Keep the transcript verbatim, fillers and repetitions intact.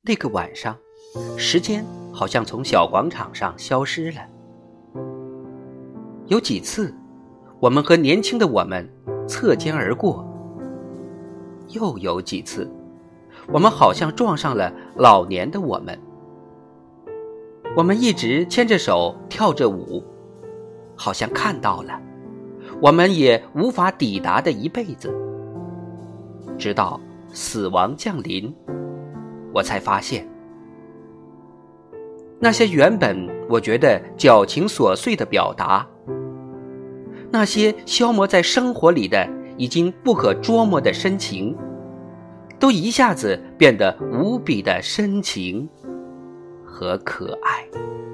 那个晚上，时间好像从小广场上消失了。有几次，我们和年轻的我们侧肩而过，又有几次，我们好像撞上了老年的我们。我们一直牵着手跳着舞，好像看到了我们也无法抵达的一辈子。直到死亡降临，我才发现，那些原本我觉得矫情琐碎的表达，那些消磨在生活里的已经不可捉摸的深情，都一下子变得无比的深情和可爱。